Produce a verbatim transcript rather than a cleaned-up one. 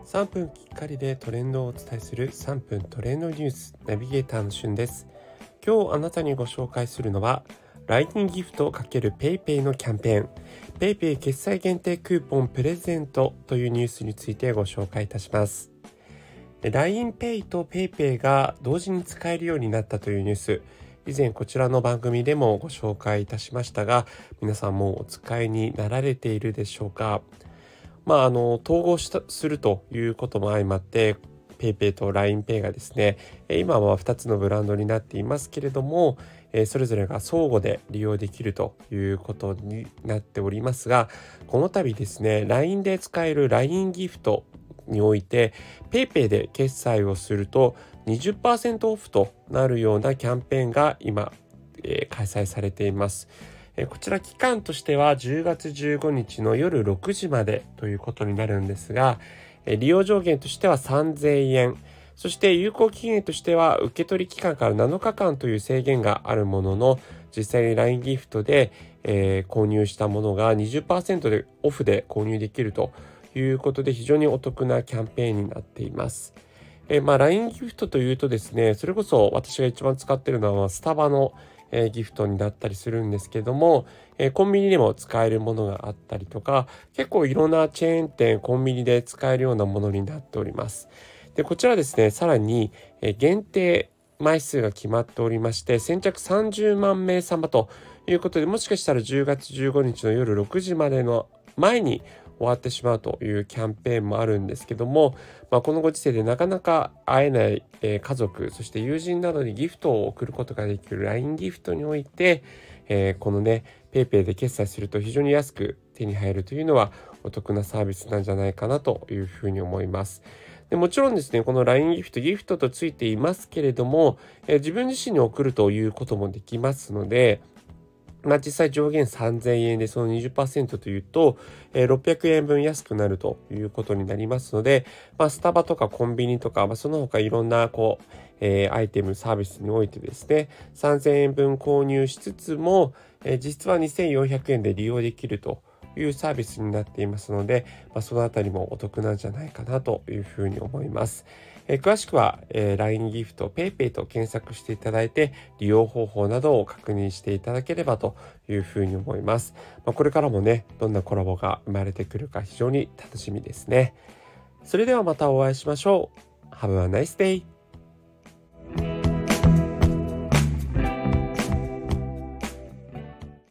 さんぷんきっかりでトレンドをお伝えするさんぷんトレンドニュースナビゲーターのしゅんです。今日あなたにご紹介するのは ライン ギフト ×PayPay のキャンペーン PayPay 決済限定クーポンプレゼントというニュースについてご紹介いたします。 ライン Pay と PayPay が同時に使えるようになったというニュース、以前こちらの番組でもご紹介いたしましたが、皆さんもお使いになられているでしょうか。まあ、あの統合したするということも相まって PayPay と ライン Pay がですね、今はふたつのブランドになっていますけれども、それぞれが相互で利用できるということになっておりますが、この度ですね ライン で使える ライン ギフトにおいて PayPay で決済をすると にじゅっパーセント オフとなるようなキャンペーンが今、えー、開催されています。こちら期間としてはじゅうがつじゅうごにちの夜ろくじまでということになるんですが、利用上限としてはさんぜんえん、そして有効期限としては受け取り期間からなのかかんという制限があるものの、実際に ライン ギフトで、えー、購入したものが にじゅっパーセント でオフで購入できるということで、非常にお得なキャンペーンになっています。えーまあ、ライン ギフトというとですね、それこそ私が一番使っているのはスタバのえー、ギフトになったりするんですけども、えー、コンビニでも使えるものがあったりとか、結構いろんなチェーン店、コンビニで使えるようなものになっております。で、こちらですね、さらに、えー、限定枚数が決まっておりまして、先着さんじゅうまんめい様ということで、もしかしたらじゅうがつじゅうごにちの夜ろくじまでの前に終わってしまうというキャンペーンもあるんですけども、まあ、このご時世でなかなか会えない、えー、家族、そして友人などにギフトを送ることができる ライン ギフトにおいて、えー、このね PayPay で決済すると非常に安く手に入るというのはお得なサービスなんじゃないかなというふうに思います。でもちろんですね、この ライン ギフト、ギフトとついていますけれども、えー、自分自身に送るということもできますので、まあ、実際上限さんぜんえんでその にじゅっパーセント というと、えー、ろっぴゃくえんぶん安くなるということになりますので、まあ、スタバとかコンビニとか、まあ、その他いろんなこう、えー、アイテムサービスにおいてですね、さんぜんえんぶん購入しつつも、えー、実はにせんよんひゃくえんで利用できるというサービスになっていますので、まあ、そのあたりもお得なんじゃないかなというふうに思います。えー、詳しくは、えー、ライン ギフト PayPay と検索していただいて、利用方法などを確認していただければというふうに思います。まあ、これからもね、どんなコラボが生まれてくるか非常に楽しみですね。それではまたお会いしましょう。Have a nice day!